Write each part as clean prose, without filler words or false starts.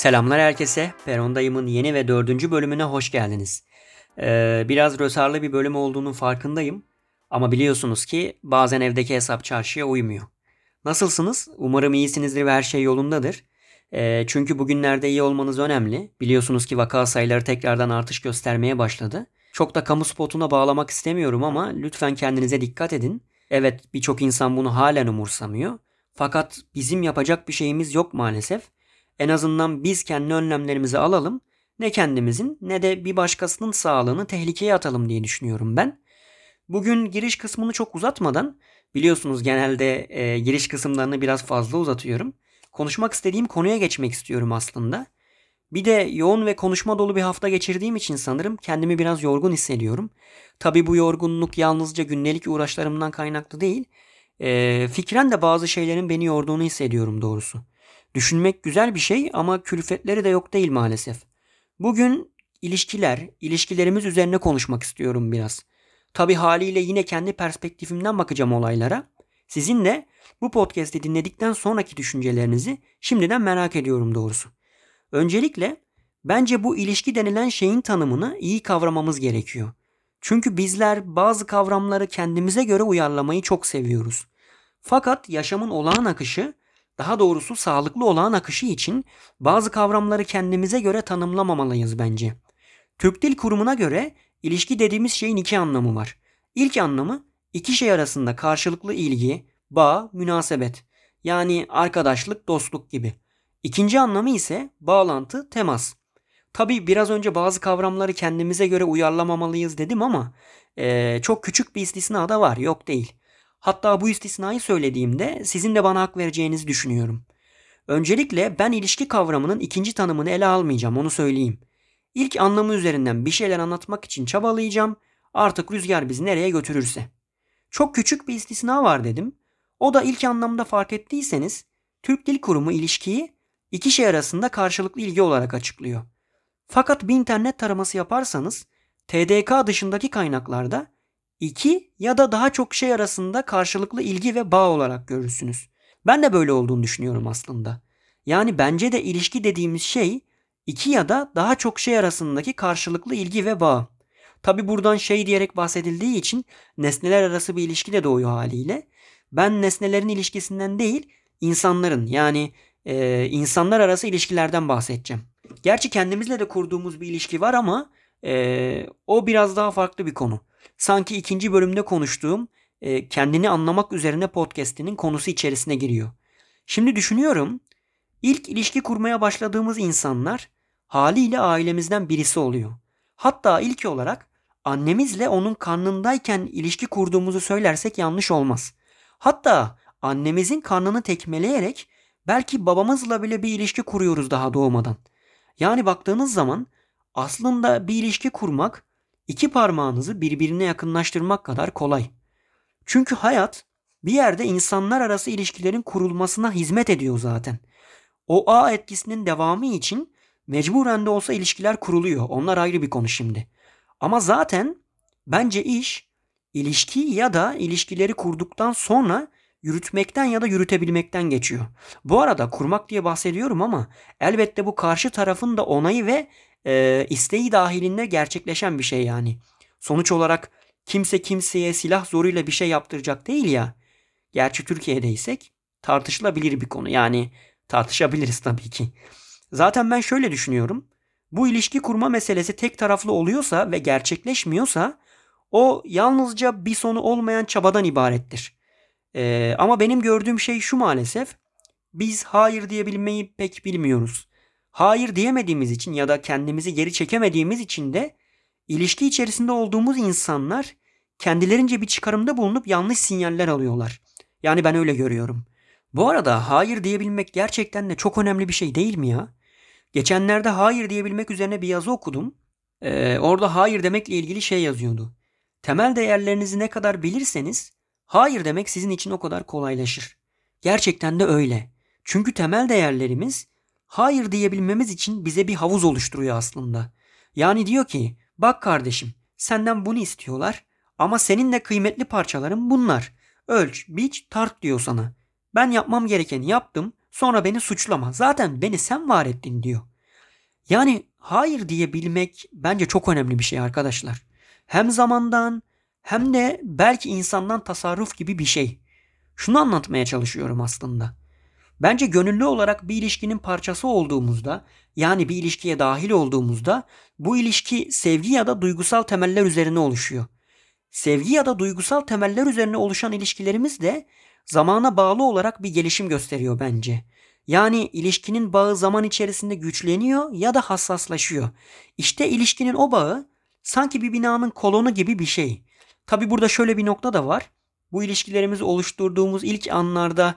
Selamlar herkese. Perondayım'ın yeni ve 4. bölümüne hoş geldiniz. Biraz rötarlı bir bölüm olduğunun farkındayım. Ama biliyorsunuz ki bazen evdeki hesap çarşıya uymuyor. Nasılsınız? Umarım iyisinizdir ve her şey yolundadır. Çünkü bugünlerde iyi olmanız önemli. Biliyorsunuz ki vaka sayıları tekrardan artış göstermeye başladı. Çok da kamu spotuna bağlamak istemiyorum ama lütfen kendinize dikkat edin. Evet, birçok insan bunu halen umursamıyor. Fakat bizim yapacak bir şeyimiz yok maalesef. En azından biz kendi önlemlerimizi alalım. Ne kendimizin ne de bir başkasının sağlığını tehlikeye atalım diye düşünüyorum ben. Bugün giriş kısmını çok uzatmadan, biliyorsunuz genelde giriş kısımlarını biraz fazla uzatıyorum. Konuşmak istediğim konuya geçmek istiyorum aslında. Bir de yoğun ve konuşma dolu bir hafta geçirdiğim için sanırım kendimi biraz yorgun hissediyorum. Tabii bu yorgunluk yalnızca gündelik uğraşlarımdan kaynaklı değil. Fikren de bazı şeylerin beni yorduğunu hissediyorum doğrusu. Düşünmek güzel bir şey ama külfetleri de yok değil maalesef. Bugün ilişkilerimiz üzerine konuşmak istiyorum biraz. Tabii haliyle yine kendi perspektifimden bakacağım olaylara. Sizin de bu podcast'i dinledikten sonraki düşüncelerinizi şimdiden merak ediyorum doğrusu. Öncelikle bence bu ilişki denilen şeyin tanımını iyi kavramamız gerekiyor. Çünkü bizler bazı kavramları kendimize göre uyarlamayı çok seviyoruz. Fakat yaşamın olağan akışı, daha doğrusu sağlıklı olağan akışı için bazı kavramları kendimize göre tanımlamamalıyız bence. Türk Dil Kurumu'na göre ilişki dediğimiz şeyin iki anlamı var. İlk anlamı iki şey arasında karşılıklı ilgi, bağ, münasebet. Yani arkadaşlık, dostluk gibi. İkinci anlamı ise bağlantı, temas. Tabii biraz önce bazı kavramları kendimize göre uyarlamamalıyız dedim ama çok küçük bir istisna da var, yok değil. Hatta bu istisnayı söylediğimde sizin de bana hak vereceğinizi düşünüyorum. Öncelikle ben ilişki kavramının ikinci tanımını ele almayacağım, onu söyleyeyim. İlk anlamı üzerinden bir şeyler anlatmak için çabalayacağım. Artık rüzgar bizi nereye götürürse. Çok küçük bir istisna var dedim. O da ilk anlamda fark ettiyseniz Türk Dil Kurumu ilişkiyi iki şey arasında karşılıklı ilgi olarak açıklıyor. Fakat bir internet taraması yaparsanız TDK dışındaki kaynaklarda iki ya da daha çok şey arasında karşılıklı ilgi ve bağ olarak görürsünüz. Ben de böyle olduğunu düşünüyorum aslında. Yani bence de ilişki dediğimiz şey iki ya da daha çok şey arasındaki karşılıklı ilgi ve bağ. Tabi buradan şey diyerek bahsedildiği için nesneler arası bir ilişki de doğuyor haliyle. Ben nesnelerin ilişkisinden değil, insanların yani insanlar arası ilişkilerden bahsedeceğim. Gerçi kendimizle de kurduğumuz bir ilişki var ama o biraz daha farklı bir konu. Sanki ikinci bölümde konuştuğum kendini anlamak üzerine podcast'inin konusu içerisine giriyor. Şimdi düşünüyorum, ilk ilişki kurmaya başladığımız insanlar haliyle ailemizden birisi oluyor. Hatta ilk olarak annemizle onun karnındayken ilişki kurduğumuzu söylersek yanlış olmaz. Hatta annemizin karnını tekmeleyerek belki babamızla bile bir ilişki kuruyoruz daha doğmadan. Yani baktığınız zaman aslında bir ilişki kurmak iki parmağınızı birbirine yakınlaştırmak kadar kolay. Çünkü hayat bir yerde insanlar arası ilişkilerin kurulmasına hizmet ediyor zaten. O ağ etkisinin devamı için mecburen de olsa ilişkiler kuruluyor. Onlar ayrı bir konu şimdi. Ama zaten bence iş ilişki ya da ilişkileri kurduktan sonra yürütmekten ya da yürütebilmekten geçiyor. Bu arada kurmak diye bahsediyorum ama elbette bu karşı tarafın da onayı ve isteği dahilinde gerçekleşen bir şey yani. Sonuç olarak kimse kimseye silah zoruyla bir şey yaptıracak değil ya. Gerçi Türkiye'deysek tartışılabilir bir konu. Yani tartışabiliriz tabii ki. Zaten ben şöyle düşünüyorum. Bu ilişki kurma meselesi tek taraflı oluyorsa ve gerçekleşmiyorsa o yalnızca bir sonu olmayan çabadan ibarettir. Ama benim gördüğüm şey şu maalesef. Biz hayır diyebilmeyi pek bilmiyoruz. Hayır diyemediğimiz için ya da kendimizi geri çekemediğimiz için de ilişki içerisinde olduğumuz insanlar kendilerince bir çıkarımda bulunup yanlış sinyaller alıyorlar. Yani ben öyle görüyorum. Bu arada hayır diyebilmek gerçekten de çok önemli bir şey değil mi ya? Geçenlerde hayır diyebilmek üzerine bir yazı okudum. Orada hayır demekle ilgili şey yazıyordu. Temel değerlerinizi ne kadar bilirseniz hayır demek sizin için o kadar kolaylaşır. Gerçekten de öyle. Çünkü temel değerlerimiz hayır diyebilmemiz için bize bir havuz oluşturuyor aslında. Yani diyor ki bak kardeşim senden bunu istiyorlar ama senin de kıymetli parçaların bunlar. Ölç, biç, tart diyor sana. Ben yapmam gerekeni yaptım sonra beni suçlama. Zaten beni sen var ettin diyor. Yani hayır diyebilmek bence çok önemli bir şey arkadaşlar. Hem zamandan hem de belki insandan tasarruf gibi bir şey. Şunu anlatmaya çalışıyorum aslında. Bence gönüllü olarak bir ilişkinin parçası olduğumuzda, yani bir ilişkiye dahil olduğumuzda bu ilişki sevgi ya da duygusal temeller üzerine oluşuyor. Sevgi ya da duygusal temeller üzerine oluşan ilişkilerimiz de zamana bağlı olarak bir gelişim gösteriyor bence. Yani ilişkinin bağı zaman içerisinde güçleniyor ya da hassaslaşıyor. İşte ilişkinin o bağı sanki bir binanın kolonu gibi bir şey. Tabi burada şöyle bir nokta da var. Bu ilişkilerimizi oluşturduğumuz ilk anlarda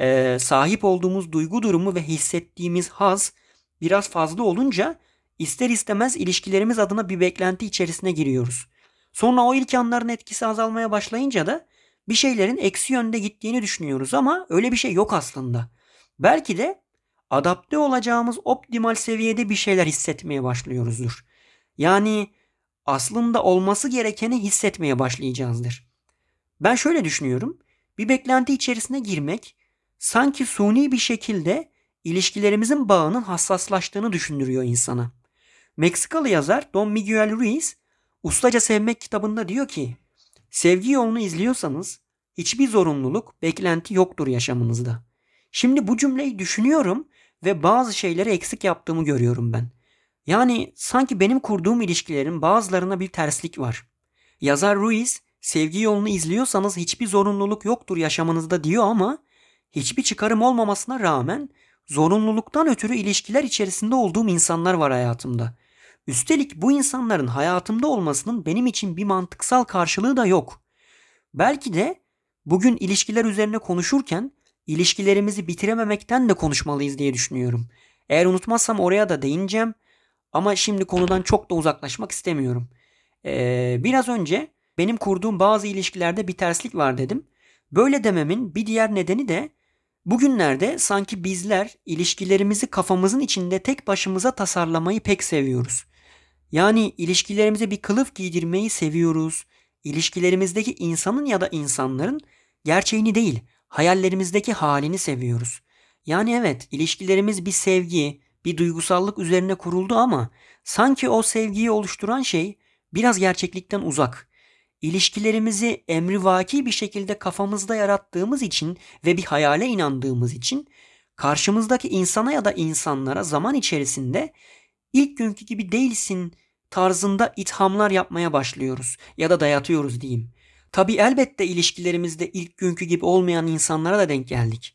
sahip olduğumuz duygu durumu ve hissettiğimiz haz biraz fazla olunca ister istemez ilişkilerimiz adına bir beklenti içerisine giriyoruz. Sonra o ilk anların etkisi azalmaya başlayınca da bir şeylerin eksi yönde gittiğini düşünüyoruz ama öyle bir şey yok aslında. Belki de adapte olacağımız optimal seviyede bir şeyler hissetmeye başlıyoruzdur. Yani aslında olması gerekeni hissetmeye başlayacağızdır. Ben şöyle düşünüyorum. Bir beklenti içerisine girmek sanki suni bir şekilde ilişkilerimizin bağının hassaslaştığını düşündürüyor insana. Meksikalı yazar Don Miguel Ruiz Ustaca Sevmek kitabında diyor ki, sevgi yolunu izliyorsanız hiçbir zorunluluk, beklenti yoktur yaşamınızda. Şimdi bu cümleyi düşünüyorum ve bazı şeyleri eksik yaptığımı görüyorum ben. Yani sanki benim kurduğum ilişkilerin bazılarına bir terslik var. Yazar Ruiz, sevgi yolunu izliyorsanız hiçbir zorunluluk yoktur yaşamınızda diyor ama hiçbir çıkarım olmamasına rağmen zorunluluktan ötürü ilişkiler içerisinde olduğum insanlar var hayatımda. Üstelik bu insanların hayatımda olmasının benim için bir mantıksal karşılığı da yok. Belki de bugün ilişkiler üzerine konuşurken ilişkilerimizi bitirememekten de konuşmalıyız diye düşünüyorum. Eğer unutmazsam oraya da değineceğim ama şimdi konudan çok da uzaklaşmak istemiyorum. Biraz önce benim kurduğum bazı ilişkilerde bir terslik var dedim. Böyle dememin bir diğer nedeni de bugünlerde sanki bizler ilişkilerimizi kafamızın içinde tek başımıza tasarlamayı pek seviyoruz. Yani ilişkilerimize bir kılıf giydirmeyi seviyoruz. İlişkilerimizdeki insanın ya da insanların gerçeğini değil, hayallerimizdeki halini seviyoruz. Yani evet, ilişkilerimiz bir sevgi, bir duygusallık üzerine kuruldu ama sanki o sevgiyi oluşturan şey biraz gerçeklikten uzak. İlişkilerimizi emrivaki bir şekilde kafamızda yarattığımız için ve bir hayale inandığımız için karşımızdaki insana ya da insanlara zaman içerisinde ilk günkü gibi değilsin tarzında ithamlar yapmaya başlıyoruz ya da dayatıyoruz diyeyim. Tabii elbette ilişkilerimizde ilk günkü gibi olmayan insanlara da denk geldik.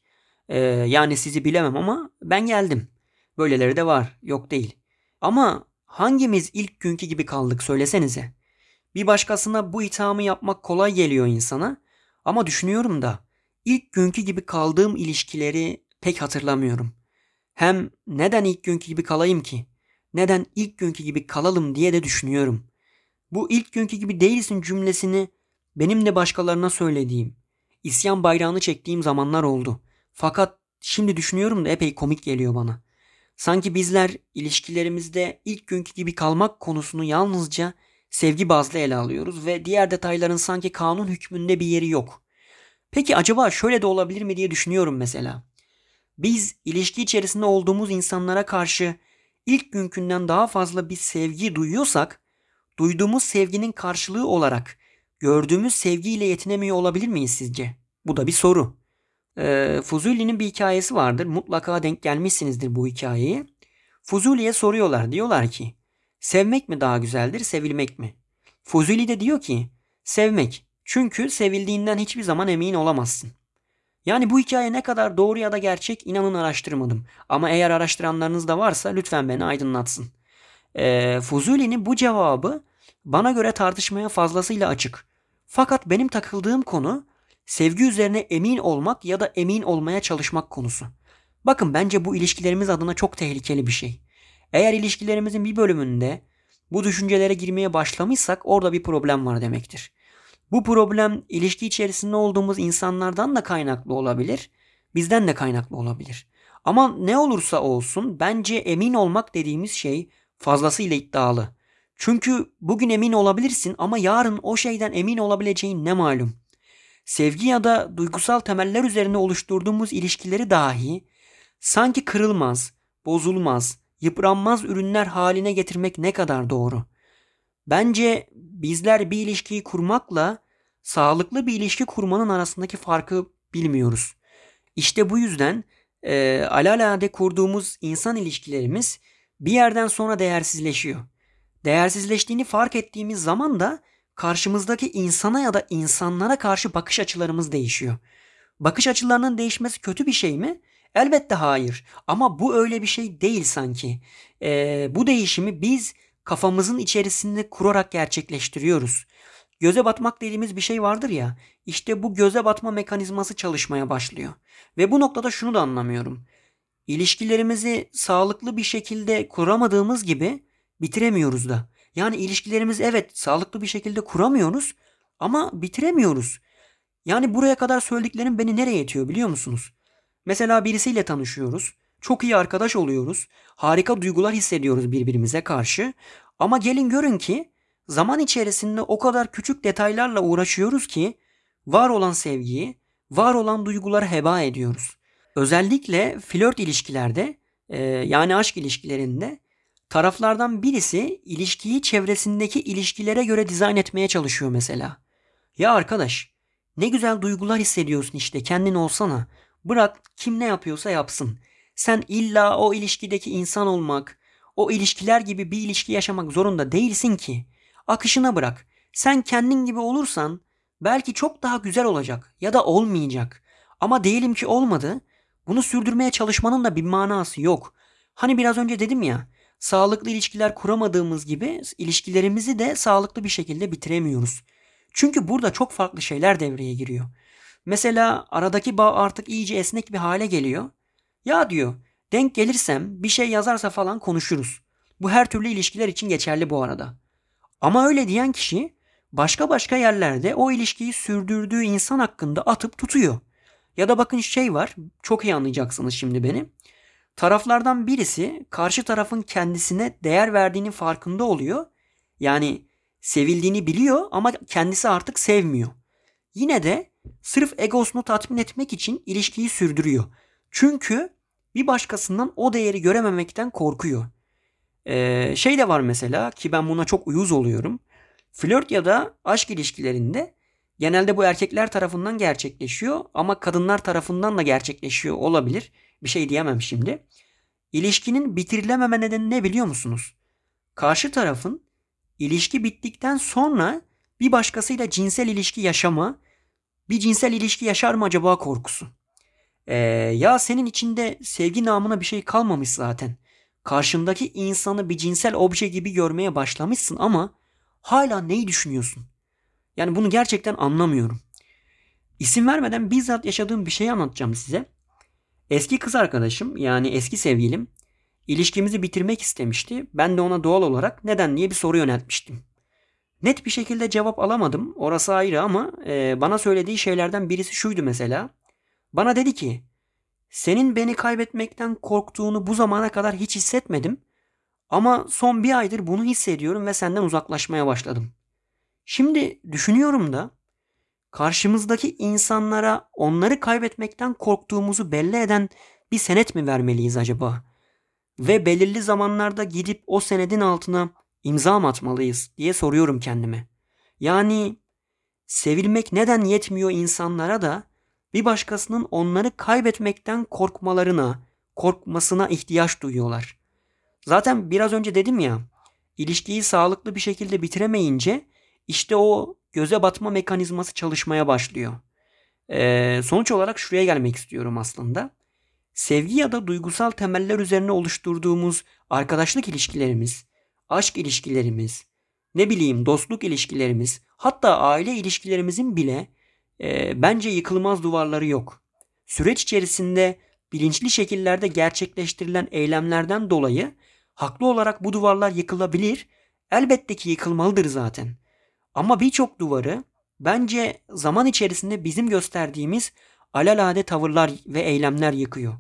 Yani sizi bilemem ama ben geldim. Böyleleri de var, yok değil. Ama hangimiz ilk günkü gibi kaldık söylesenize. Bir başkasına bu ithamı yapmak kolay geliyor insana ama düşünüyorum da ilk günkü gibi kaldığım ilişkileri pek hatırlamıyorum. Hem neden ilk günkü gibi kalayım ki? Neden ilk günkü gibi kalalım diye de düşünüyorum. Bu ilk günkü gibi değilsin cümlesini benim de başkalarına söylediğim, isyan bayrağını çektiğim zamanlar oldu. Fakat şimdi düşünüyorum da epey komik geliyor bana. Sanki bizler ilişkilerimizde ilk günkü gibi kalmak konusunu yalnızca sevgi bazlı ele alıyoruz ve diğer detayların sanki kanun hükmünde bir yeri yok. Peki acaba şöyle de olabilir mi diye düşünüyorum mesela. Biz ilişki içerisinde olduğumuz insanlara karşı ilk günkünden daha fazla bir sevgi duyuyorsak, duyduğumuz sevginin karşılığı olarak gördüğümüz sevgiyle yetinemiyor olabilir miyiz sizce? Bu da bir soru. Fuzuli'nin bir hikayesi vardır. Mutlaka denk gelmişsinizdir bu hikayeyi. Fuzuli'ye soruyorlar. Diyorlar ki, sevmek mi daha güzeldir, sevilmek mi? Fuzuli de diyor ki, sevmek. Çünkü sevildiğinden hiçbir zaman emin olamazsın. Yani bu hikaye ne kadar doğru ya da gerçek inanın araştırmadım. Ama eğer araştıranlarınız da varsa lütfen beni aydınlatsın. Fuzuli'nin bu cevabı bana göre tartışmaya fazlasıyla açık. Fakat benim takıldığım konu sevgi üzerine emin olmak ya da emin olmaya çalışmak konusu. Bakın bence bu ilişkilerimiz adına çok tehlikeli bir şey. Eğer ilişkilerimizin bir bölümünde bu düşüncelere girmeye başlamışsak orada bir problem var demektir. Bu problem ilişki içerisinde olduğumuz insanlardan da kaynaklı olabilir, bizden de kaynaklı olabilir. Ama ne olursa olsun bence emin olmak dediğimiz şey fazlasıyla iddialı. Çünkü bugün emin olabilirsin ama yarın o şeyden emin olabileceğin ne malum. Sevgi ya da duygusal temeller üzerine oluşturduğumuz ilişkileri dahi sanki kırılmaz, bozulmaz yıpranmaz ürünler haline getirmek ne kadar doğru? Bence bizler bir ilişkiyi kurmakla sağlıklı bir ilişki kurmanın arasındaki farkı bilmiyoruz. İşte bu yüzden alelade kurduğumuz insan ilişkilerimiz bir yerden sonra değersizleşiyor. Değersizleştiğini fark ettiğimiz zaman da karşımızdaki insana ya da insanlara karşı bakış açılarımız değişiyor. Bakış açılarının değişmesi kötü bir şey mi? Elbette hayır. Ama bu öyle bir şey değil sanki. Bu değişimi biz kafamızın içerisinde kurarak gerçekleştiriyoruz. Göze batmak dediğimiz bir şey vardır ya. İşte bu göze batma mekanizması çalışmaya başlıyor. Ve bu noktada şunu da anlamıyorum. İlişkilerimizi sağlıklı bir şekilde kuramadığımız gibi bitiremiyoruz da. Yani ilişkilerimizi evet sağlıklı bir şekilde kuramıyoruz ama bitiremiyoruz. Yani buraya kadar söylediklerim beni nereye itiyor biliyor musunuz? Mesela birisiyle tanışıyoruz. Çok iyi arkadaş oluyoruz. Harika duygular hissediyoruz birbirimize karşı. Ama gelin görün ki zaman içerisinde o kadar küçük detaylarla uğraşıyoruz ki var olan sevgiyi, var olan duyguları heba ediyoruz. Özellikle flört ilişkilerde yani aşk ilişkilerinde taraflardan birisi ilişkiyi çevresindeki ilişkilere göre dizayn etmeye çalışıyor mesela. Ya arkadaş ne güzel duygular hissediyorsun işte kendin olsana. Bırak kim ne yapıyorsa yapsın. Sen illa o ilişkideki insan olmak, o ilişkiler gibi bir ilişki yaşamak zorunda değilsin ki. Akışına bırak. Sen kendin gibi olursan belki çok daha güzel olacak ya da olmayacak. Ama diyelim ki olmadı. Bunu sürdürmeye çalışmanın da bir manası yok. Hani biraz önce dedim ya, sağlıklı ilişkiler kuramadığımız gibi ilişkilerimizi de sağlıklı bir şekilde bitiremiyoruz. Çünkü burada çok farklı şeyler devreye giriyor. Mesela aradaki bağ artık iyice esnek bir hale geliyor. Ya diyor, denk gelirsem bir şey yazarsa falan konuşuruz. Bu her türlü ilişkiler için geçerli bu arada. Ama öyle diyen kişi başka yerlerde o ilişkiyi sürdürdüğü insan hakkında atıp tutuyor. Ya da bakın şey var, çok iyi anlayacaksınız şimdi beni. Taraflardan birisi karşı tarafın kendisine değer verdiğinin farkında oluyor. Yani sevildiğini biliyor ama kendisi artık sevmiyor. Yine de sırf egosunu tatmin etmek için ilişkiyi sürdürüyor. Çünkü bir başkasından o değeri görememekten korkuyor. Şey de var mesela ki ben buna çok uyuz oluyorum. Flört ya da aşk ilişkilerinde genelde bu erkekler tarafından gerçekleşiyor ama kadınlar tarafından da gerçekleşiyor olabilir. Bir şey diyemem şimdi. İlişkinin bitirilememe nedeni ne biliyor musunuz? Karşı tarafın ilişki bittikten sonra bir başkasıyla cinsel ilişki yaşama, bir cinsel ilişki yaşar mı acaba korkusu. Ya senin içinde sevgi namına bir şey kalmamış zaten. Karşındaki insanı bir cinsel obje gibi görmeye başlamışsın ama hala neyi düşünüyorsun? Yani bunu gerçekten anlamıyorum. İsim vermeden bizzat yaşadığım bir şeyi anlatacağım size. Eski kız arkadaşım yani eski sevgilim ilişkimizi bitirmek istemişti. Ben de ona doğal olarak neden diye bir soru yöneltmiştim. Net bir şekilde cevap alamadım. Orası ayrı ama bana söylediği şeylerden birisi şuydu mesela. Bana dedi ki senin beni kaybetmekten korktuğunu bu zamana kadar hiç hissetmedim. Ama son bir aydır bunu hissediyorum ve senden uzaklaşmaya başladım. Şimdi düşünüyorum da karşımızdaki insanlara onları kaybetmekten korktuğumuzu belli eden bir senet mi vermeliyiz acaba? Ve belirli zamanlarda gidip o senedin altına imza mı atmalıyız diye soruyorum kendime. Yani sevilmek neden yetmiyor insanlara da bir başkasının onları kaybetmekten korkmasına ihtiyaç duyuyorlar. Zaten biraz önce dedim ya, ilişkiyi sağlıklı bir şekilde bitiremeyince işte o göze batma mekanizması çalışmaya başlıyor. Sonuç olarak şuraya gelmek istiyorum aslında. Sevgi ya da duygusal temeller üzerine oluşturduğumuz arkadaşlık ilişkilerimiz, aşk ilişkilerimiz, ne bileyim dostluk ilişkilerimiz, hatta aile ilişkilerimizin bile bence yıkılmaz duvarları yok. Süreç içerisinde bilinçli şekillerde gerçekleştirilen eylemlerden dolayı haklı olarak bu duvarlar yıkılabilir, elbette ki yıkılmalıdır zaten. Ama birçok duvarı bence zaman içerisinde bizim gösterdiğimiz alelade tavırlar ve eylemler yıkıyor.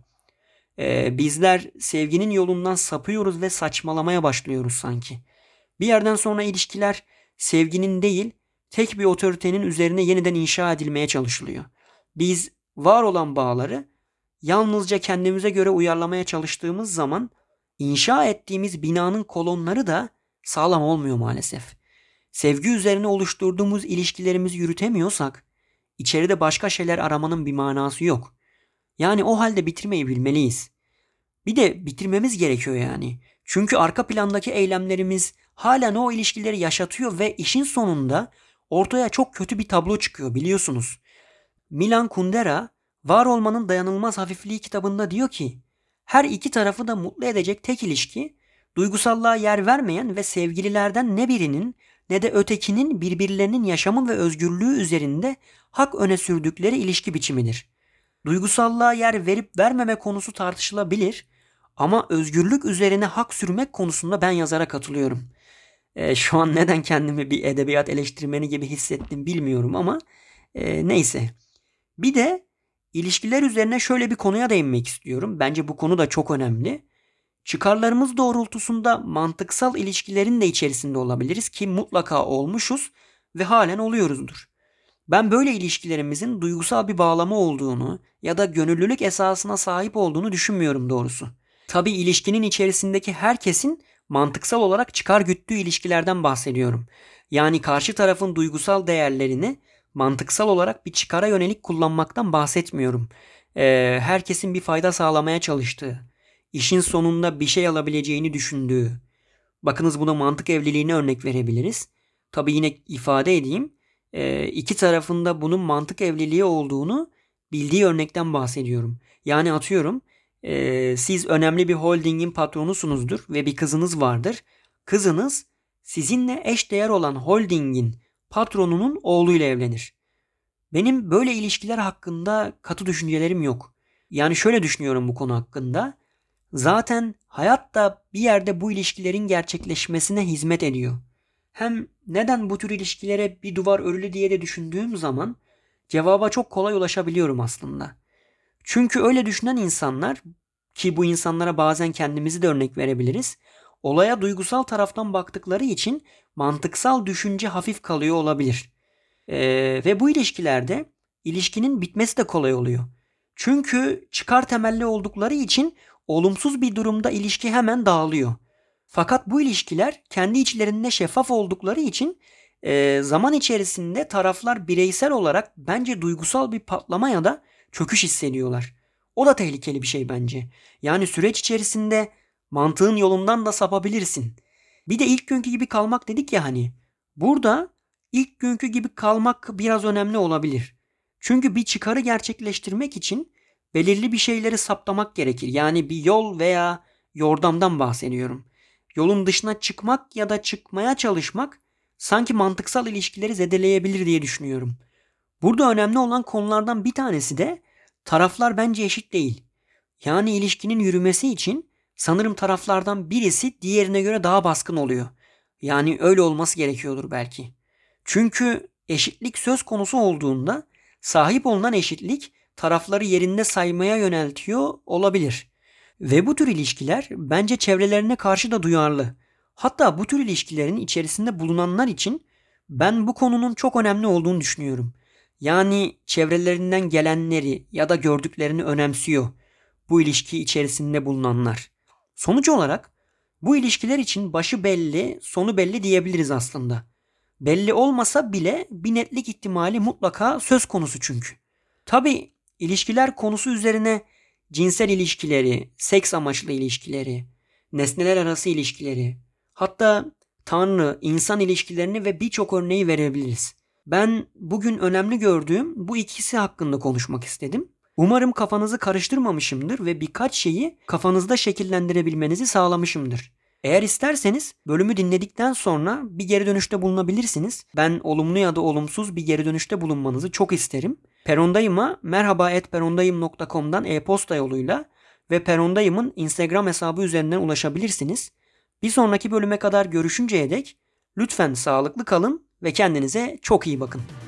Bizler sevginin yolundan sapıyoruz ve saçmalamaya başlıyoruz sanki. Bir yerden sonra ilişkiler sevginin değil, tek bir otoritenin üzerine yeniden inşa edilmeye çalışılıyor. Biz var olan bağları yalnızca kendimize göre uyarlamaya çalıştığımız zaman İnşa ettiğimiz binanın kolonları da sağlam olmuyor maalesef. Sevgi üzerine oluşturduğumuz ilişkilerimizi yürütemiyorsak içeride başka şeyler aramanın bir manası yok. Yani o halde bitirmeyi bilmeliyiz. Bir de bitirmemiz gerekiyor yani. Çünkü arka plandaki eylemlerimiz halen o ilişkileri yaşatıyor ve işin sonunda ortaya çok kötü bir tablo çıkıyor biliyorsunuz. Milan Kundera, Var Olmanın Dayanılmaz Hafifliği kitabında diyor ki, her iki tarafı da mutlu edecek tek ilişki, duygusallığa yer vermeyen ve sevgililerden ne birinin ne de ötekinin birbirlerinin yaşamı ve özgürlüğü üzerinde hak öne sürdükleri ilişki biçimidir. Duygusallığa yer verip vermeme konusu tartışılabilir ama özgürlük üzerine hak sürmek konusunda ben yazara katılıyorum. Şu an neden kendimi bir edebiyat eleştirmeni gibi hissettim bilmiyorum ama neyse. Bir de ilişkiler üzerine şöyle bir konuya değinmek istiyorum. Bence bu konu da çok önemli. Çıkarlarımız doğrultusunda mantıksal ilişkilerin de içerisinde olabiliriz ki mutlaka olmuşuz ve halen oluyoruzdur. Ben böyle ilişkilerimizin duygusal bir bağlamı olduğunu ya da gönüllülük esasına sahip olduğunu düşünmüyorum doğrusu. Tabii ilişkinin içerisindeki herkesin mantıksal olarak çıkar güttüğü ilişkilerden bahsediyorum. Yani karşı tarafın duygusal değerlerini mantıksal olarak bir çıkara yönelik kullanmaktan bahsetmiyorum. Herkesin bir fayda sağlamaya çalıştığı, işin sonunda bir şey alabileceğini düşündüğü. Bakınız buna mantık evliliğine örnek verebiliriz. Tabii yine ifade edeyim. İki tarafında bunun mantık evliliği olduğunu bildiği örnekten bahsediyorum. Yani atıyorum siz önemli bir holdingin patronusunuzdur ve bir kızınız vardır. Kızınız sizinle eşdeğer olan holdingin patronunun oğluyla evlenir. Benim böyle ilişkiler hakkında katı düşüncelerim yok. Yani şöyle düşünüyorum bu konu hakkında. Zaten hayat da bir yerde bu ilişkilerin gerçekleşmesine hizmet ediyor. Hem neden bu tür ilişkilere bir duvar örülü diye de düşündüğüm zaman cevaba çok kolay ulaşabiliyorum aslında. Çünkü öyle düşünen insanlar ki bu insanlara bazen kendimizi de örnek verebiliriz. Olaya duygusal taraftan baktıkları için mantıksal düşünce hafif kalıyor olabilir. Ve bu ilişkilerde ilişkinin bitmesi de kolay oluyor. Çünkü çıkar temelli oldukları için olumsuz bir durumda ilişki hemen dağılıyor. Fakat bu ilişkiler kendi içlerinde şeffaf oldukları için zaman içerisinde taraflar bireysel olarak bence duygusal bir patlama ya da çöküş hissediyorlar. O da tehlikeli bir şey bence. Yani süreç içerisinde mantığın yolundan da sapabilirsin. Bir de ilk günkü gibi kalmak dedik ya hani. Burada ilk günkü gibi kalmak biraz önemli olabilir. Çünkü bir çıkarı gerçekleştirmek için belirli bir şeyleri saptamak gerekir. Yani bir yol veya yordamdan bahsediyorum. Yolun dışına çıkmak ya da çıkmaya çalışmak sanki mantıksal ilişkileri zedeleyebilir diye düşünüyorum. Burada önemli olan konulardan bir tanesi de taraflar bence eşit değil. Yani ilişkinin yürümesi için sanırım taraflardan birisi diğerine göre daha baskın oluyor. Yani öyle olması gerekiyordur belki. Çünkü eşitlik söz konusu olduğunda sahip olunan eşitlik tarafları yerinde saymaya yöneltiyor olabilir. Ve bu tür ilişkiler bence çevrelerine karşı da duyarlı. Hatta bu tür ilişkilerin içerisinde bulunanlar için ben bu konunun çok önemli olduğunu düşünüyorum. Yani çevrelerinden gelenleri ya da gördüklerini önemsiyor bu ilişki içerisinde bulunanlar. Sonuç olarak bu ilişkiler için başı belli, sonu belli diyebiliriz aslında. Belli olmasa bile bir netlik ihtimali mutlaka söz konusu çünkü. Tabii ilişkiler konusu üzerine cinsel ilişkileri, seks amaçlı ilişkileri, nesneler arası ilişkileri, hatta tanrı, insan ilişkilerini ve birçok örneği verebiliriz. Ben bugün önemli gördüğüm bu ikisi hakkında konuşmak istedim. Umarım kafanızı karıştırmamışımdır ve birkaç şeyi kafanızda şekillendirebilmenizi sağlamışımdır. Eğer isterseniz bölümü dinledikten sonra bir geri dönüşte bulunabilirsiniz. Ben olumlu ya da olumsuz bir geri dönüşte bulunmanızı çok isterim. Perondayım'a merhaba@perondayım.com'dan e-posta yoluyla ve Perondayım'ın Instagram hesabı üzerinden ulaşabilirsiniz. Bir sonraki bölüme kadar görüşünceye dek lütfen sağlıklı kalın ve kendinize çok iyi bakın.